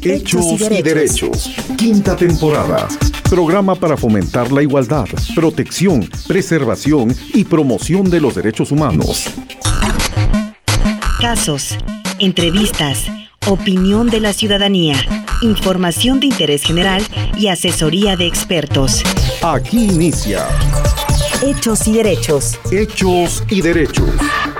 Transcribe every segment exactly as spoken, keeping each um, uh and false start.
Hechos y Derechos. y Derechos. Quinta temporada. Programa para fomentar la igualdad, protección, preservación y promoción de los derechos humanos. Casos, entrevistas, opinión de la ciudadanía, información de interés general y asesoría de expertos. Aquí inicia Hechos y Derechos. Hechos y Derechos.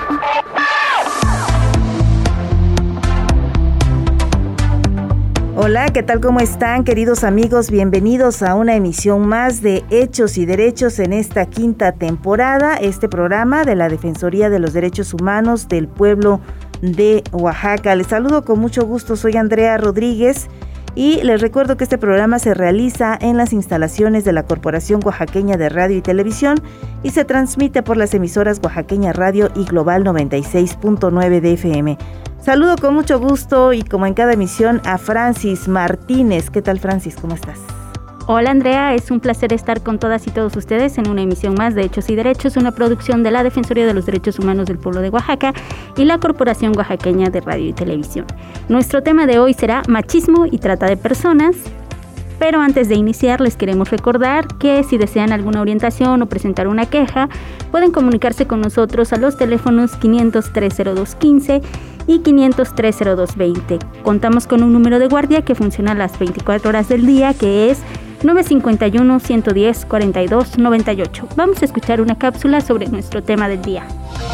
Hola, ¿qué tal? ¿Cómo están, queridos amigos? Bienvenidos a una emisión más de Hechos y Derechos en esta quinta temporada, este programa de la Defensoría de los Derechos Humanos del Pueblo de Oaxaca. Les saludo con mucho gusto, soy Andrea Rodríguez y les recuerdo que este programa se realiza en las instalaciones de la Corporación Oaxaqueña de Radio y Televisión y se transmite por las emisoras Oaxaqueña Radio y Global noventa y seis punto nueve de F M. Saludo con mucho gusto y como en cada emisión a Francis Martínez. ¿Qué tal, Francis? ¿Cómo estás? Hola, Andrea, es un placer estar con todas y todos ustedes en una emisión más de Hechos y Derechos, una producción de la Defensoría de los Derechos Humanos del Pueblo de Oaxaca y la Corporación Oaxaqueña de Radio y Televisión. Nuestro tema de hoy será machismo y trata de personas. Pero antes de iniciar, les queremos recordar que si desean alguna orientación o presentar una queja, pueden comunicarse con nosotros a los teléfonos quinientos tres cero dos quince y quinientos tres cero dos veinte. Contamos con un número de guardia que funciona las veinticuatro horas del día, que es nueve cinco uno, uno uno cero, cuatro dos nueve ocho. Vamos a escuchar una cápsula sobre nuestro tema del día.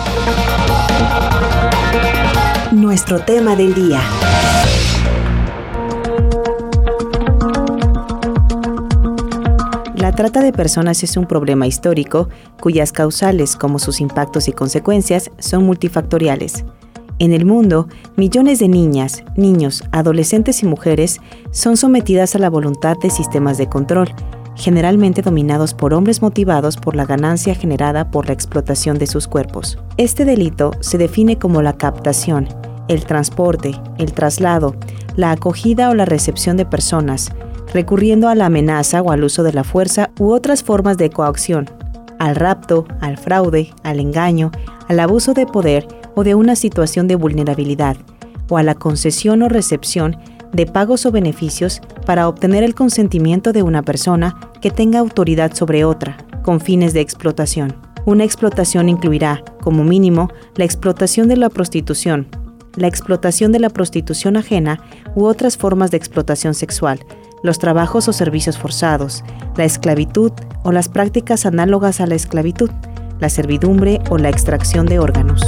Nuestro tema del día. La trata de personas es un problema histórico cuyas causales, como sus impactos y consecuencias, son multifactoriales. En el mundo, millones de niñas, niños, adolescentes y mujeres son sometidas a la voluntad de sistemas de control, generalmente dominados por hombres motivados por la ganancia generada por la explotación de sus cuerpos. Este delito se define como la captación, el transporte, el traslado, la acogida o la recepción de personas, recurriendo a la amenaza o al uso de la fuerza u otras formas de coacción, al rapto, al fraude, al engaño, al abuso de poder o de una situación de vulnerabilidad, o a la concesión o recepción de pagos o beneficios para obtener el consentimiento de una persona que tenga autoridad sobre otra, con fines de explotación. Una explotación incluirá, como mínimo, la explotación de la prostitución, la explotación de la prostitución ajena u otras formas de explotación sexual, los trabajos o servicios forzados, la esclavitud o las prácticas análogas a la esclavitud, la servidumbre o la extracción de órganos.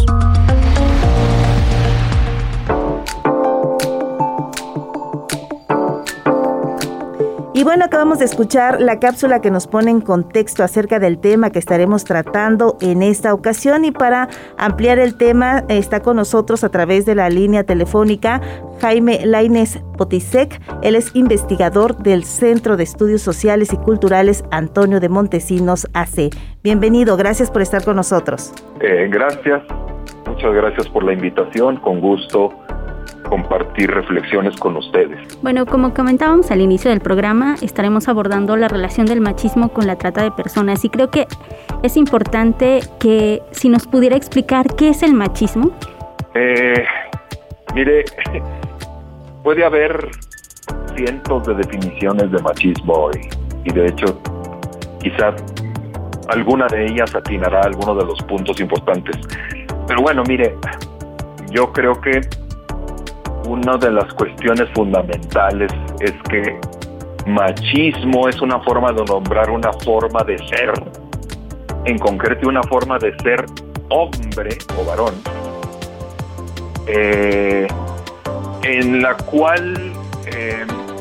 Y bueno, acabamos de escuchar la cápsula que nos pone en contexto acerca del tema que estaremos tratando en esta ocasión, y para ampliar el tema está con nosotros a través de la línea telefónica Jaime Lainez Potisek. Él es investigador del Centro de Estudios Sociales y Culturales Antonio de Montesinos A C. Bienvenido, gracias por estar con nosotros. Eh, gracias, muchas gracias por la invitación, con gusto compartir reflexiones con ustedes. Bueno, como comentábamos al inicio del programa, estaremos abordando la relación del machismo con la trata de personas, y creo que es importante que si nos pudiera explicar qué es el machismo. Eh, mire, puede haber cientos de definiciones de machismo y, y de hecho quizás alguna de ellas atinará a alguno de los puntos importantes. Pero bueno, mire, yo creo que una de las cuestiones fundamentales es que machismo es una forma de nombrar una forma de ser, en concreto una forma de ser hombre o varón, eh, en la cual eh,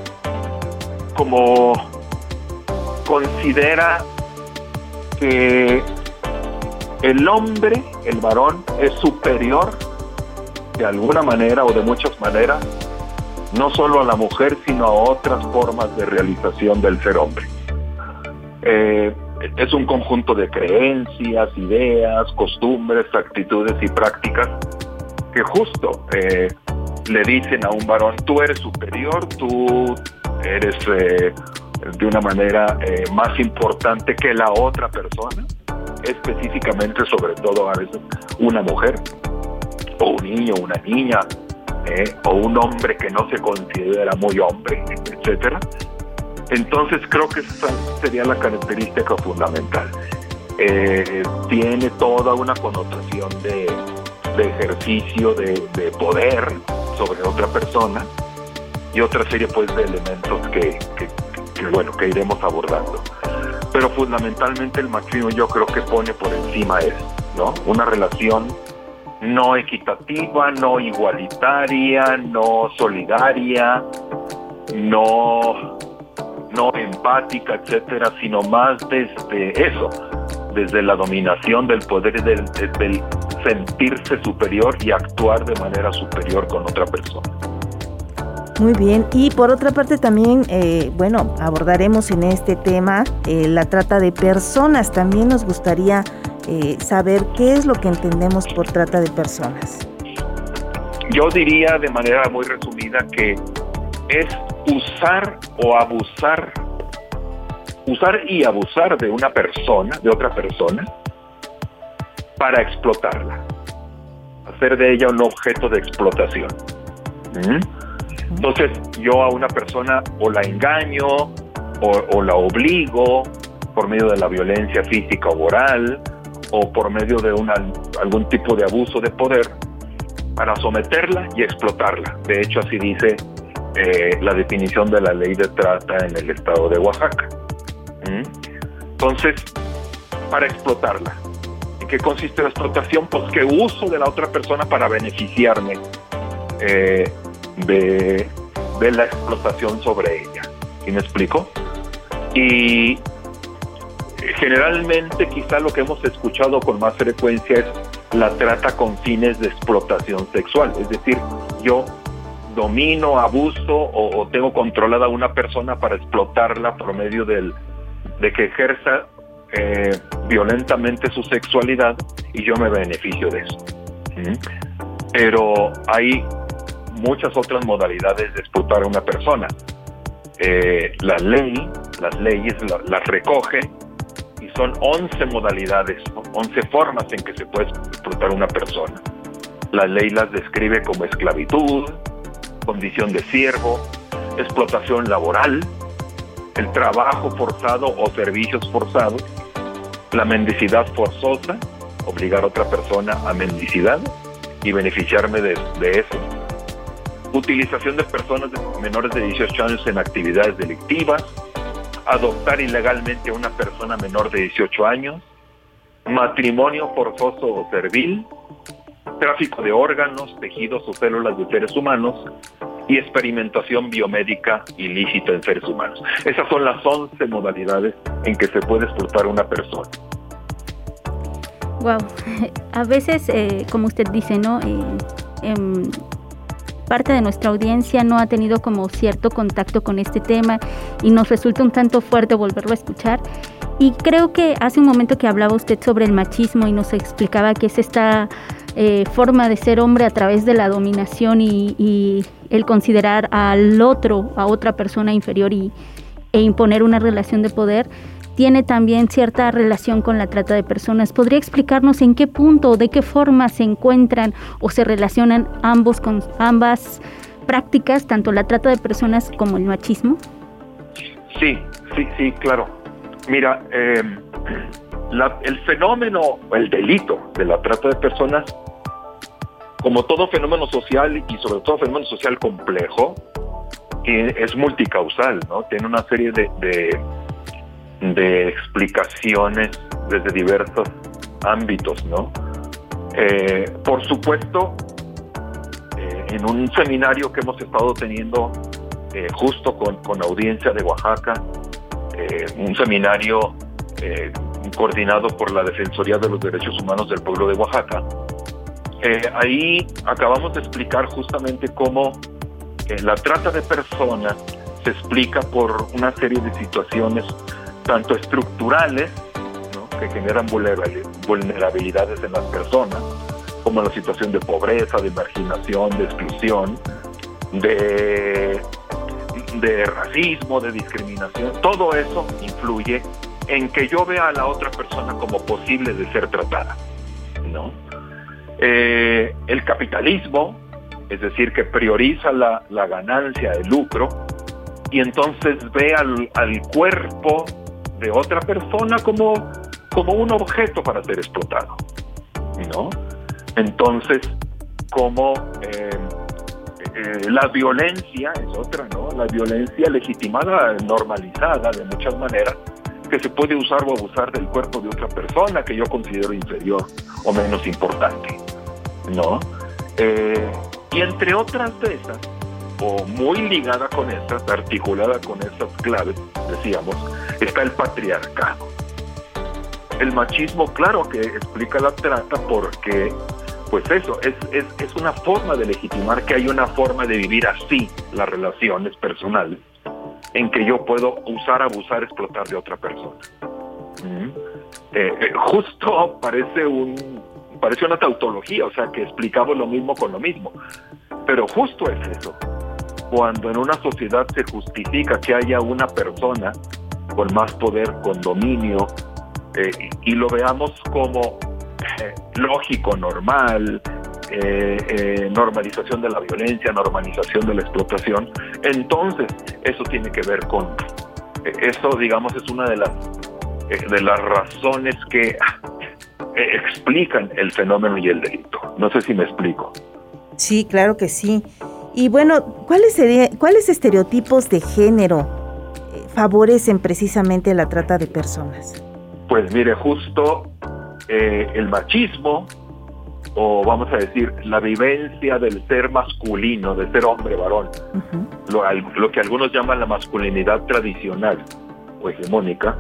como considera que el hombre, el varón, es superior de alguna manera o de muchas maneras, no solo a la mujer, sino a otras formas de realización del ser hombre. Eh, es un conjunto de creencias, ideas, costumbres, actitudes y prácticas que justo eh, le dicen a un varón: tú eres superior, tú eres eh, de una manera eh, más importante que la otra persona, específicamente, sobre todo a veces, una mujer o un niño, una niña, eh, o un hombre que no se considera muy hombre, etcétera. Entonces creo que esa sería la característica fundamental. Eh, tiene toda una connotación de, de ejercicio de, de poder sobre otra persona y otra serie pues de elementos que, que, que bueno que iremos abordando. Pero fundamentalmente el machismo yo creo que pone por encima eso, ¿no? Una relación no equitativa, no igualitaria, no solidaria, no, no empática, etcétera, sino más desde eso, desde la dominación del poder, del, del sentirse superior y actuar de manera superior con otra persona. Muy bien, y por otra parte también, eh, bueno, abordaremos en este tema eh, la trata de personas. También nos gustaría eh, saber qué es lo que entendemos por trata de personas. Yo diría de manera muy resumida que es usar o abusar, usar y abusar de una persona, de otra persona, para explotarla, hacer de ella un objeto de explotación. ¿Mm? Entonces yo a una persona o la engaño o, o la obligo por medio de la violencia física o moral o por medio de una, algún tipo de abuso de poder para someterla y explotarla. De hecho así dice eh, la definición de la ley de trata en el estado de Oaxaca. ¿Mm? Entonces, para explotarla. ¿En qué consiste la explotación? Pues que uso de la otra persona para beneficiarme eh, De, de la explotación sobre ella. ¿Sí me explico? Y generalmente quizá lo que hemos escuchado con más frecuencia es la trata con fines de explotación sexual. Es decir, yo domino, abuso o, o tengo controlada a una persona para explotarla por medio del, de que ejerza eh, violentamente su sexualidad y yo me beneficio de eso. ¿Mm? Pero hay muchas otras modalidades de explotar a una persona. Eh, la ley, las leyes la, las recoge y son once modalidades, once formas en que se puede explotar a una persona. La ley las describe como esclavitud, condición de siervo, explotación laboral, el trabajo forzado o servicios forzados, la mendicidad forzosa, obligar a otra persona a mendicidad y beneficiarme de, de eso. Utilización de personas de menores de dieciocho años en actividades delictivas, adoptar ilegalmente a una persona menor de dieciocho años, matrimonio forzoso o servil, tráfico de órganos, tejidos o células de seres humanos y experimentación biomédica ilícita en seres humanos. Esas son las once modalidades en que se puede explotar a una persona. Wow, a veces, eh, como usted dice, ¿no? Eh, eh, parte de nuestra audiencia no ha tenido como cierto contacto con este tema y nos resulta un tanto fuerte volverlo a escuchar. Y creo que hace un momento que hablaba usted sobre el machismo y nos explicaba que es esta eh, forma de ser hombre a través de la dominación y, y el considerar al otro, a otra persona inferior y, e imponer una relación de poder, tiene también cierta relación con la trata de personas. ¿Podría explicarnos en qué punto o de qué forma se encuentran o se relacionan ambos con ambas prácticas, tanto la trata de personas como el machismo? Sí, sí, sí, claro. Mira, eh, la, el fenómeno, el delito de la trata de personas, como todo fenómeno social y sobre todo fenómeno social complejo, es multicausal, ¿no? Tiene una serie de, de de explicaciones desde diversos ámbitos, ¿no? Eh, por supuesto, eh, en un seminario que hemos estado teniendo eh, justo con, con audiencia de Oaxaca, eh, un seminario eh, coordinado por la Defensoría de los Derechos Humanos del Pueblo de Oaxaca, eh, ahí acabamos de explicar justamente cómo eh, la trata de personas se explica por una serie de situaciones tanto estructurales, ¿no?, que generan vulnerabilidades en las personas, como la situación de pobreza, de marginación, de exclusión, de, de racismo, de discriminación. Todo eso influye en que yo vea a la otra persona como posible de ser tratada, ¿no? Eh, el capitalismo, es decir, que prioriza la, la ganancia, el lucro, y entonces ve al, al cuerpo de otra persona como, como un objeto para ser explotado, ¿no? Entonces, como eh, eh, la violencia es otra, ¿no? La violencia legitimada, normalizada de muchas maneras, que se puede usar o abusar del cuerpo de otra persona que yo considero inferior o menos importante, ¿no? Eh, y entre otras de esas, o muy ligada con estas, articulada con estas claves, decíamos, está el patriarcado. El machismo, claro que explica la trata porque, pues eso, es, es, es una forma de legitimar que hay una forma de vivir así las relaciones personales, en que yo puedo usar, abusar, explotar de otra persona. ¿Mm? Eh, eh, justo parece un parece una tautología, o sea, que explicamos lo mismo con lo mismo. Pero justo es eso. Cuando en una sociedad se justifica que haya una persona con más poder, con dominio, eh, y, y lo veamos como eh, lógico, normal, Eh, eh, normalización de la violencia, normalización de la explotación, entonces eso tiene que ver con eh, eso, digamos, es una de las eh, de las razones que eh, explican el fenómeno y el delito. No sé si me explico. Sí, claro que sí. Y bueno, ¿cuáles serían, cuáles estereotipos de género eh, favorecen precisamente la trata de personas? Pues mire, justo eh, el machismo, o vamos a decir, la vivencia del ser masculino, de ser hombre, varón, uh-huh. lo, lo que algunos llaman la masculinidad tradicional o hegemónica,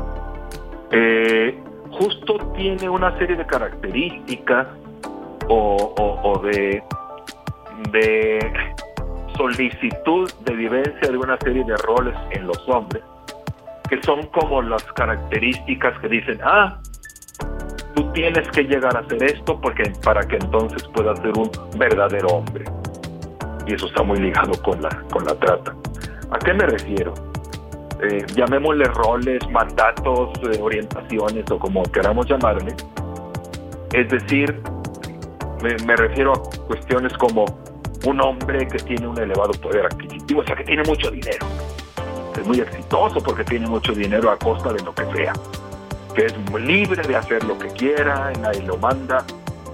eh, justo tiene una serie de características o, o, o de, de solicitud de vivencia de una serie de roles en los hombres, que son como las características que dicen, ah, tú tienes que llegar a hacer esto porque para que entonces puedas ser un verdadero hombre. Y eso está muy ligado con la, con la trata. ¿A qué me refiero? Eh, llamémosle roles, mandatos, eh, orientaciones o como queramos llamarle. Es decir, me, me refiero a cuestiones como un hombre que tiene un elevado poder adquisitivo, o sea, que tiene mucho dinero. Es muy exitoso porque tiene mucho dinero a costa de lo que sea. Que es libre de hacer lo que quiera, nadie lo manda,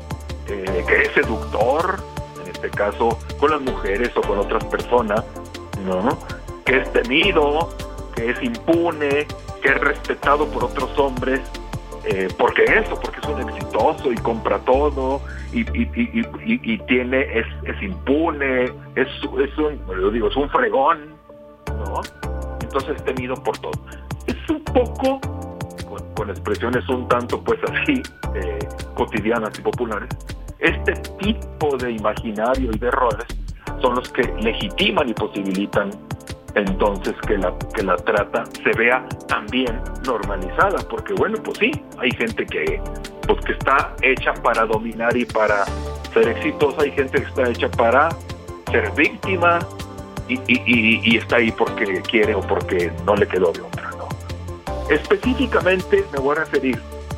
eh, que es seductor, en este caso con las mujeres o con otras personas, ¿no? Que es temido, que es impune, que es respetado por otros hombres, eh, porque eso, porque es un exitoso y compra todo, y, y, y, y, y tiene, es, es impune, es, es un, yo digo, es un fregón, ¿no? Entonces es temido por todo. Es un poco... Con, con expresiones un tanto pues así eh, cotidianas y populares, este tipo de imaginario y de roles son los que legitiman y posibilitan entonces que la, que la trata se vea también normalizada, porque bueno, pues sí, hay gente que, pues, que está hecha para dominar y para ser exitosa, hay gente que está hecha para ser víctima y, y, y, y está ahí porque quiere o porque no le quedó de otra. Específicamente me voy a referir,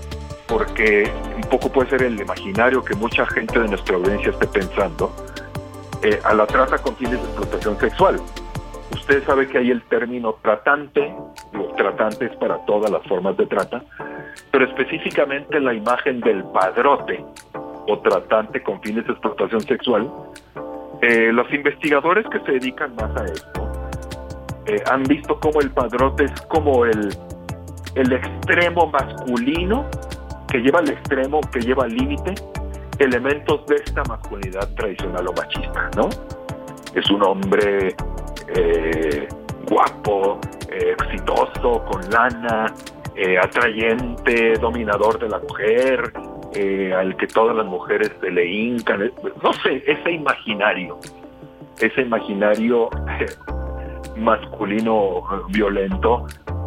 porque un poco puede ser el imaginario que mucha gente de nuestra audiencia esté pensando, eh, a la trata con fines de explotación sexual. Usted sabe que hay el término tratante, los tratantes para todas las formas de trata, pero específicamente la imagen del padrote o tratante con fines de explotación sexual. Eh, los investigadores que se dedican más a esto eh, han visto cómo el padrote es como el el extremo masculino que lleva al extremo, que lleva al límite elementos de esta masculinidad tradicional o machista, ¿no? Es un hombre eh, guapo, eh, exitoso, con lana, eh, atrayente, dominador de la mujer, eh, al que todas las mujeres se le hincan, no sé, ese imaginario, ese imaginario eh, masculino violento.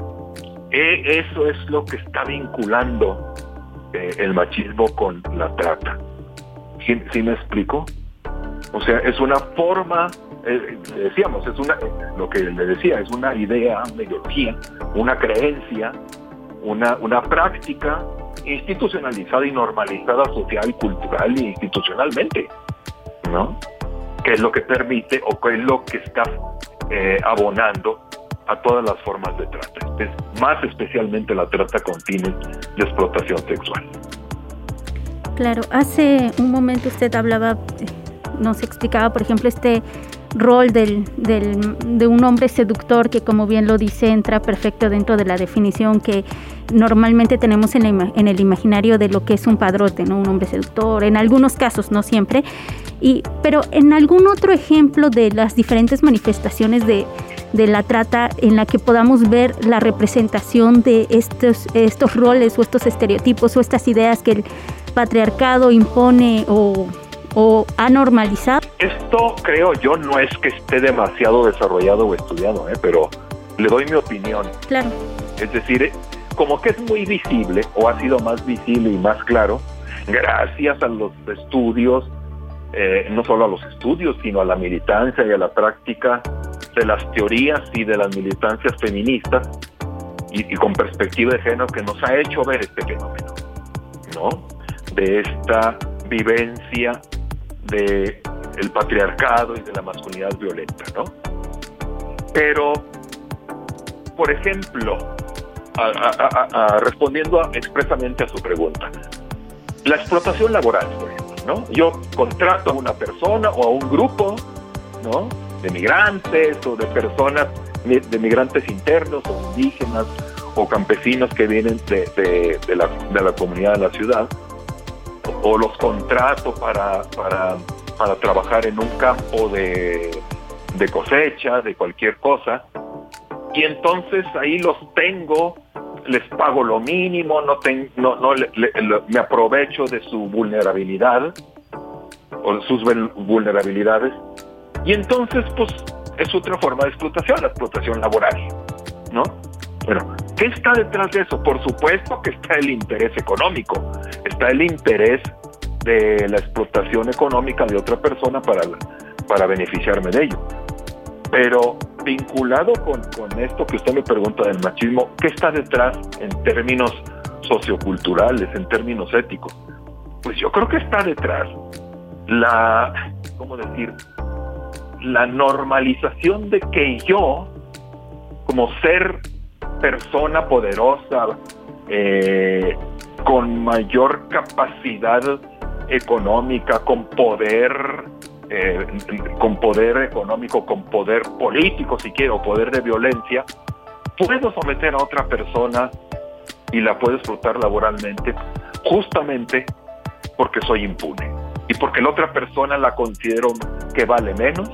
Eh, eso es lo que está vinculando eh, el machismo con la trata. ¿Sí, sí me explico? O sea, es una forma, eh, decíamos, es una, lo que le decía, es una idea, una ideología, una creencia, una, una práctica institucionalizada y normalizada social, cultural e institucionalmente, ¿no? que es lo que permite o que es lo que está eh, abonando a todas las formas de trata, es más especialmente la trata con fines de explotación sexual. Claro, hace un momento usted hablaba, nos explicaba, por ejemplo, este rol del, del, de un hombre seductor que, como bien lo dice, entra perfecto dentro de la definición que normalmente tenemos en, la, en el imaginario de lo que es un padrote, ¿no? Un hombre seductor, en algunos casos, no siempre, y, pero en algún otro ejemplo de las diferentes manifestaciones de, de la trata en la que podamos ver la representación de estos, estos roles o estos estereotipos o estas ideas que el patriarcado impone o o ha normalizado. Esto, creo yo, no es que esté demasiado desarrollado o estudiado, ¿eh? pero le doy mi opinión. Claro. Es decir, como que es muy visible, o ha sido más visible y más claro, gracias a los estudios, eh, no solo a los estudios, sino a la militancia y a la práctica de las teorías y de las militancias feministas, y, y con perspectiva de género, que nos ha hecho ver este fenómeno, ¿no? De esta vivencia de el patriarcado y de la masculinidad violenta, ¿no? Pero, por ejemplo, a, a, a, a, respondiendo a, expresamente a su pregunta, la explotación laboral, por ejemplo, ¿no? Yo contrato a una persona o a un grupo, ¿no? De migrantes o de personas, de migrantes internos o indígenas o campesinos que vienen de, de, de, la, de la comunidad de la ciudad, o los contrato para, para, para trabajar en un campo de, de cosecha, de cualquier cosa, y entonces ahí los tengo, les pago lo mínimo, no, ten, no, no le, le, le, me aprovecho de su vulnerabilidad, o de sus vulnerabilidades, y entonces pues es otra forma de explotación, la explotación laboral, ¿no? Bueno, ¿qué está detrás de eso? Por supuesto que está el interés económico, está el interés de la explotación económica de otra persona para, para beneficiarme de ello. Pero vinculado con, con esto que usted me pregunta del machismo, ¿qué está detrás en términos socioculturales, en términos éticos? Pues yo creo que está detrás la, ¿cómo decir? La normalización de que yo, como ser persona poderosa, eh, con mayor capacidad económica, con poder, eh, con poder económico, con poder político, si quiero, poder de violencia, puedo someter a otra persona y la puedo explotar laboralmente, justamente porque soy impune y porque la otra persona la considero que vale menos,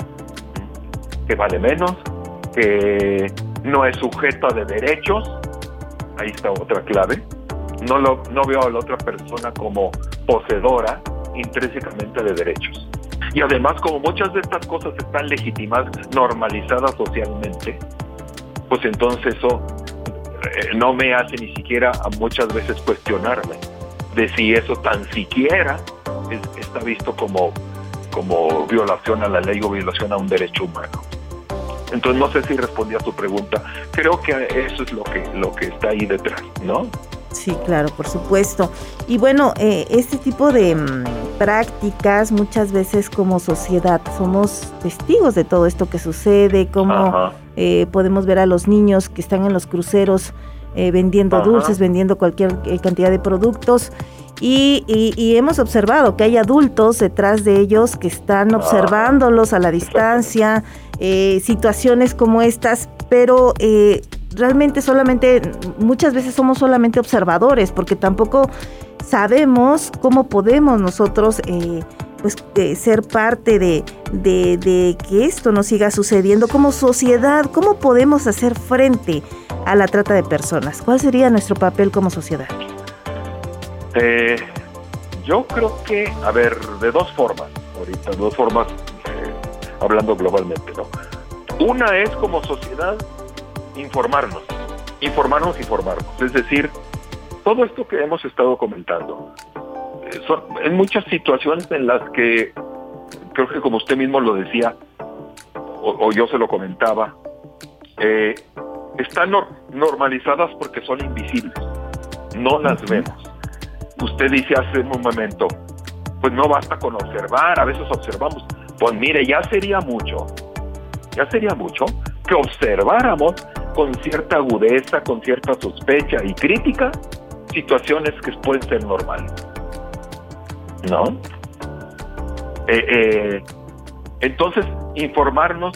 que vale menos, que no es sujeta de derechos. Ahí está otra clave. No, lo, no veo a la otra persona como poseedora intrínsecamente de derechos. Y además, como muchas de estas cosas están legitimadas, normalizadas socialmente, pues entonces eso eh, no me hace ni siquiera a muchas veces cuestionarme de si eso tan siquiera es, está visto como, como violación a la ley o violación a un derecho humano. Entonces no sé si respondí a tu pregunta. Creo que eso es lo que, lo que está ahí detrás, ¿no? Sí, claro, por supuesto. Y bueno, eh, este tipo de mmm, prácticas, muchas veces como sociedad somos testigos de todo esto que sucede, cómo eh, podemos ver a los niños que están en los cruceros eh, vendiendo Ajá. dulces, vendiendo cualquier eh, cantidad de productos. Y, y, y hemos observado que hay adultos detrás de ellos que están observándolos a la distancia, eh, situaciones como estas, pero eh, realmente solamente, muchas veces somos solamente observadores, porque tampoco sabemos cómo podemos nosotros eh, pues, eh, ser parte de, de, de que esto no siga sucediendo como sociedad. ¿Cómo podemos hacer frente a la trata de personas? ¿Cuál sería nuestro papel como sociedad? Eh, yo creo que, a ver, de dos formas, ahorita, de dos formas, eh, hablando globalmente, ¿no? Una es como sociedad informarnos, informarnos, informarnos, es decir, todo esto que hemos estado comentando, eh, son en muchas situaciones en las que, creo que como usted mismo lo decía, o, o yo se lo comentaba, eh, están nor- normalizadas porque son invisibles, no las vemos. Usted dice hace un momento, pues no basta con observar, a veces observamos, Pues mire, ya sería mucho, ya sería mucho que observáramos con cierta agudeza, con cierta sospecha y crítica, situaciones que pueden ser normales, ¿no? Eh, eh, entonces, informarnos,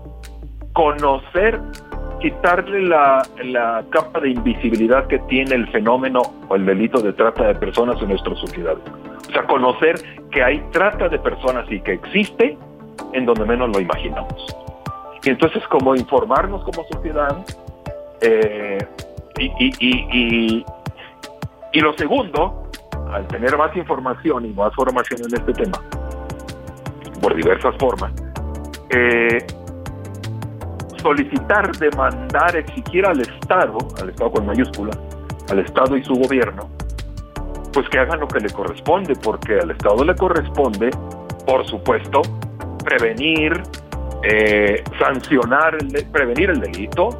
conocer, quitarle la, la capa de invisibilidad que tiene el fenómeno o el delito de trata de personas en nuestra sociedad. O sea, conocer que hay trata de personas y que existe en donde menos lo imaginamos. Y entonces, como informarnos como sociedad, eh, y, y, y, y, y lo segundo, al tener más información y más formación en este tema, por diversas formas, eh, solicitar, demandar, exigir al Estado, al Estado con mayúscula, al Estado y su gobierno, pues que hagan lo que le corresponde, porque al Estado le corresponde, por supuesto, prevenir, eh, sancionar, el de, prevenir el delito,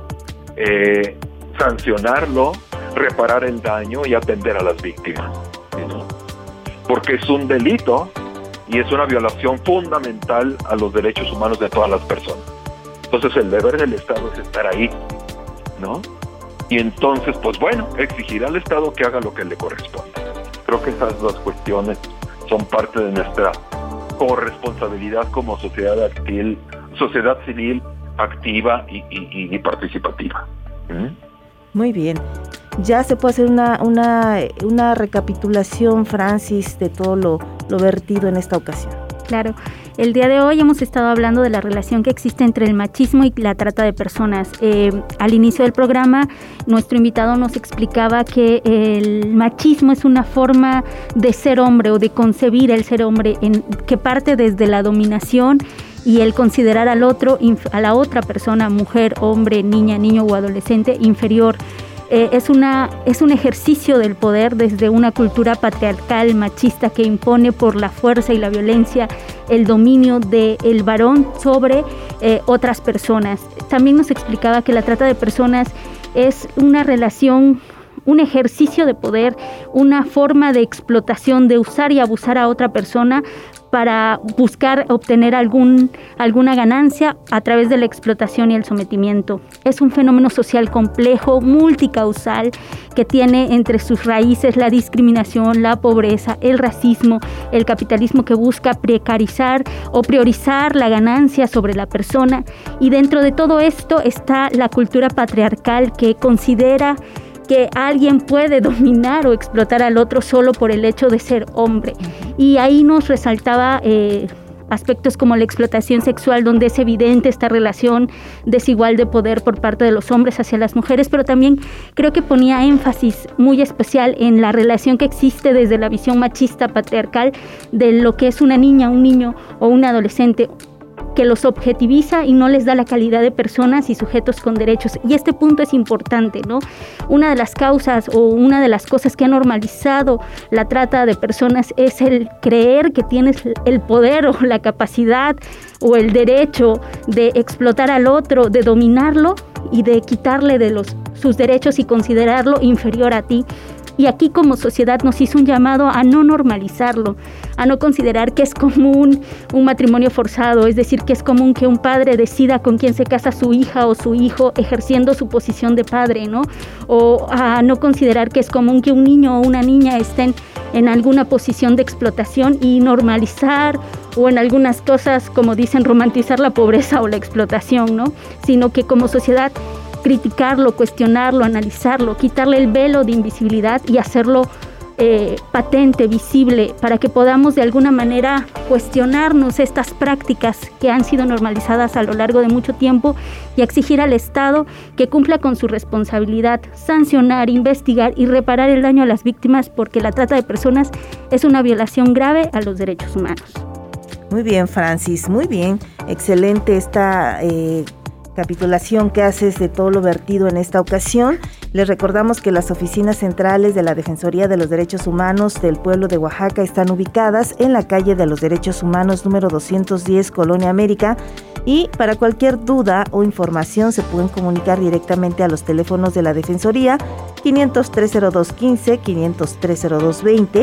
eh, sancionarlo, reparar el daño y atender a las víctimas, ¿no? Porque es un delito y es una violación fundamental a los derechos humanos de todas las personas. Entonces el deber del Estado es estar ahí, ¿no? Y entonces, pues bueno, exigir al Estado que haga lo que le corresponde. Creo que esas dos cuestiones son parte de nuestra corresponsabilidad como sociedad actil, sociedad civil activa y, y, y participativa. ¿Mm? Muy bien. Ya se puede hacer una, una, una recapitulación, Francis, de todo lo, lo vertido en esta ocasión. Claro, el día de hoy hemos estado hablando de la relación que existe entre el machismo y la trata de personas. Eh, al inicio del programa, nuestro invitado nos explicaba que el machismo es una forma de ser hombre o de concebir el ser hombre en, que parte desde la dominación y el considerar al otro, a la otra persona, mujer, hombre, niña, niño o adolescente, inferior. Eh, es, una, es un ejercicio del poder desde una cultura patriarcal, machista, que impone por la fuerza y la violencia el dominio del varón sobre eh, otras personas. También nos explicaba que la trata de personas es una relación, un ejercicio de poder, una forma de explotación, de usar y abusar a otra persona para buscar obtener algún, alguna ganancia a través de la explotación y el sometimiento. Es un fenómeno social complejo, multicausal, que tiene entre sus raíces la discriminación, la pobreza, el racismo, el capitalismo que busca precarizar o priorizar la ganancia sobre la persona. Y dentro de todo esto está la cultura patriarcal que considera que alguien puede dominar o explotar al otro solo por el hecho de ser hombre. Y ahí nos resaltaba eh, aspectos como la explotación sexual, donde es evidente esta relación desigual de poder por parte de los hombres hacia las mujeres, pero también creo que ponía énfasis muy especial en la relación que existe desde la visión machista patriarcal de lo que es una niña, un niño o un adolescente, que los objetiviza y no les da la calidad de personas y sujetos con derechos. Y este punto es importante, ¿no? Una de las causas o una de las cosas que ha normalizado la trata de personas es el creer que tienes el poder o la capacidad o el derecho de explotar al otro, de dominarlo y de quitarle de los, sus derechos y considerarlo inferior a ti. Y aquí como sociedad nos hizo un llamado a no normalizarlo, a no considerar que es común un matrimonio forzado, es decir, que es común que un padre decida con quién se casa su hija o su hijo ejerciendo su posición de padre, ¿no? O a no considerar que es común que un niño o una niña estén en alguna posición de explotación y normalizar o en algunas cosas, como dicen, romantizar la pobreza o la explotación, ¿no? Sino que como sociedad criticarlo, cuestionarlo, analizarlo, quitarle el velo de invisibilidad y hacerlo eh, patente, visible, para que podamos de alguna manera cuestionarnos estas prácticas que han sido normalizadas a lo largo de mucho tiempo y exigir al Estado que cumpla con su responsabilidad, sancionar, investigar y reparar el daño a las víctimas, porque la trata de personas es una violación grave a los derechos humanos. Muy bien, Francis, muy bien. Excelente esta eh, capitulación que haces de todo lo vertido en esta ocasión. Les recordamos que las oficinas centrales de la Defensoría de los Derechos Humanos del Pueblo de Oaxaca están ubicadas en la calle de los Derechos Humanos número doscientos diez, Colonia América, y para cualquier duda o información se pueden comunicar directamente a los teléfonos de la Defensoría quinientos tres cero dos quince, quinientos tres cero dos veinte,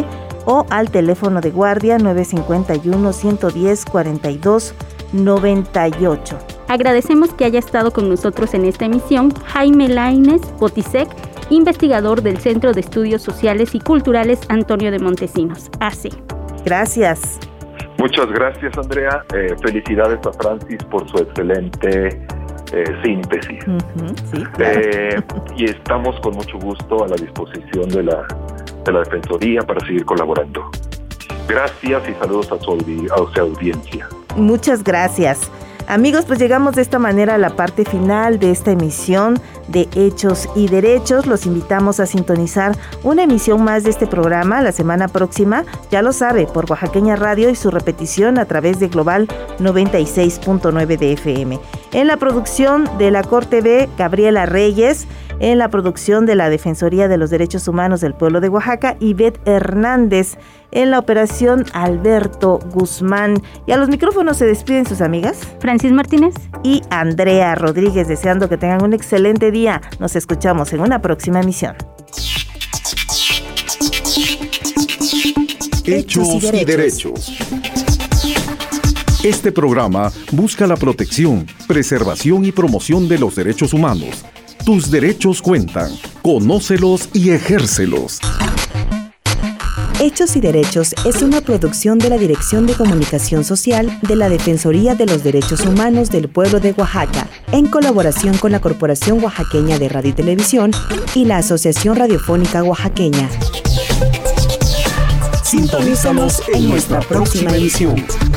o al teléfono de guardia nueve cinco uno, uno uno cero, cuatro dos nueve ocho. Agradecemos que haya estado con nosotros en esta emisión Jaime Lainez Potisek, investigador del Centro de Estudios Sociales y Culturales Antonio de Montesinos, A C E. Gracias. Muchas gracias, Andrea. Eh, felicidades a Francis por su excelente eh, síntesis. Uh-huh, sí, claro. eh, y estamos con mucho gusto a la disposición de la, de la Defensoría para seguir colaborando. Gracias y saludos a su, audi- a su audiencia. Muchas gracias. Amigos, pues llegamos de esta manera a la parte final de esta emisión de Hechos y Derechos. Los invitamos a sintonizar una emisión más de este programa la semana próxima, ya lo sabe, por Oaxaqueña Radio y su repetición a través de Global noventa y seis punto nueve de F M. En la producción de la Corte B, Gabriela Reyes. En la producción de la Defensoría de los Derechos Humanos del Pueblo de Oaxaca, Ivette Hernández. En la operación, Alberto Guzmán. Y a los micrófonos se despiden sus amigas Francis Martínez y Andrea Rodríguez, deseando que tengan un excelente día. Nos escuchamos en una próxima emisión. Hechos y derechos. y derechos. Este programa busca la protección, preservación y promoción de los derechos humanos. Tus derechos cuentan. Conócelos y ejércelos. Hechos y Derechos es una producción de la Dirección de Comunicación Social de la Defensoría de los Derechos Humanos del Pueblo de Oaxaca, en colaboración con la Corporación Oaxaqueña de Radio y Televisión y la Asociación Radiofónica Oaxaqueña. Sintonízanos en nuestra próxima emisión.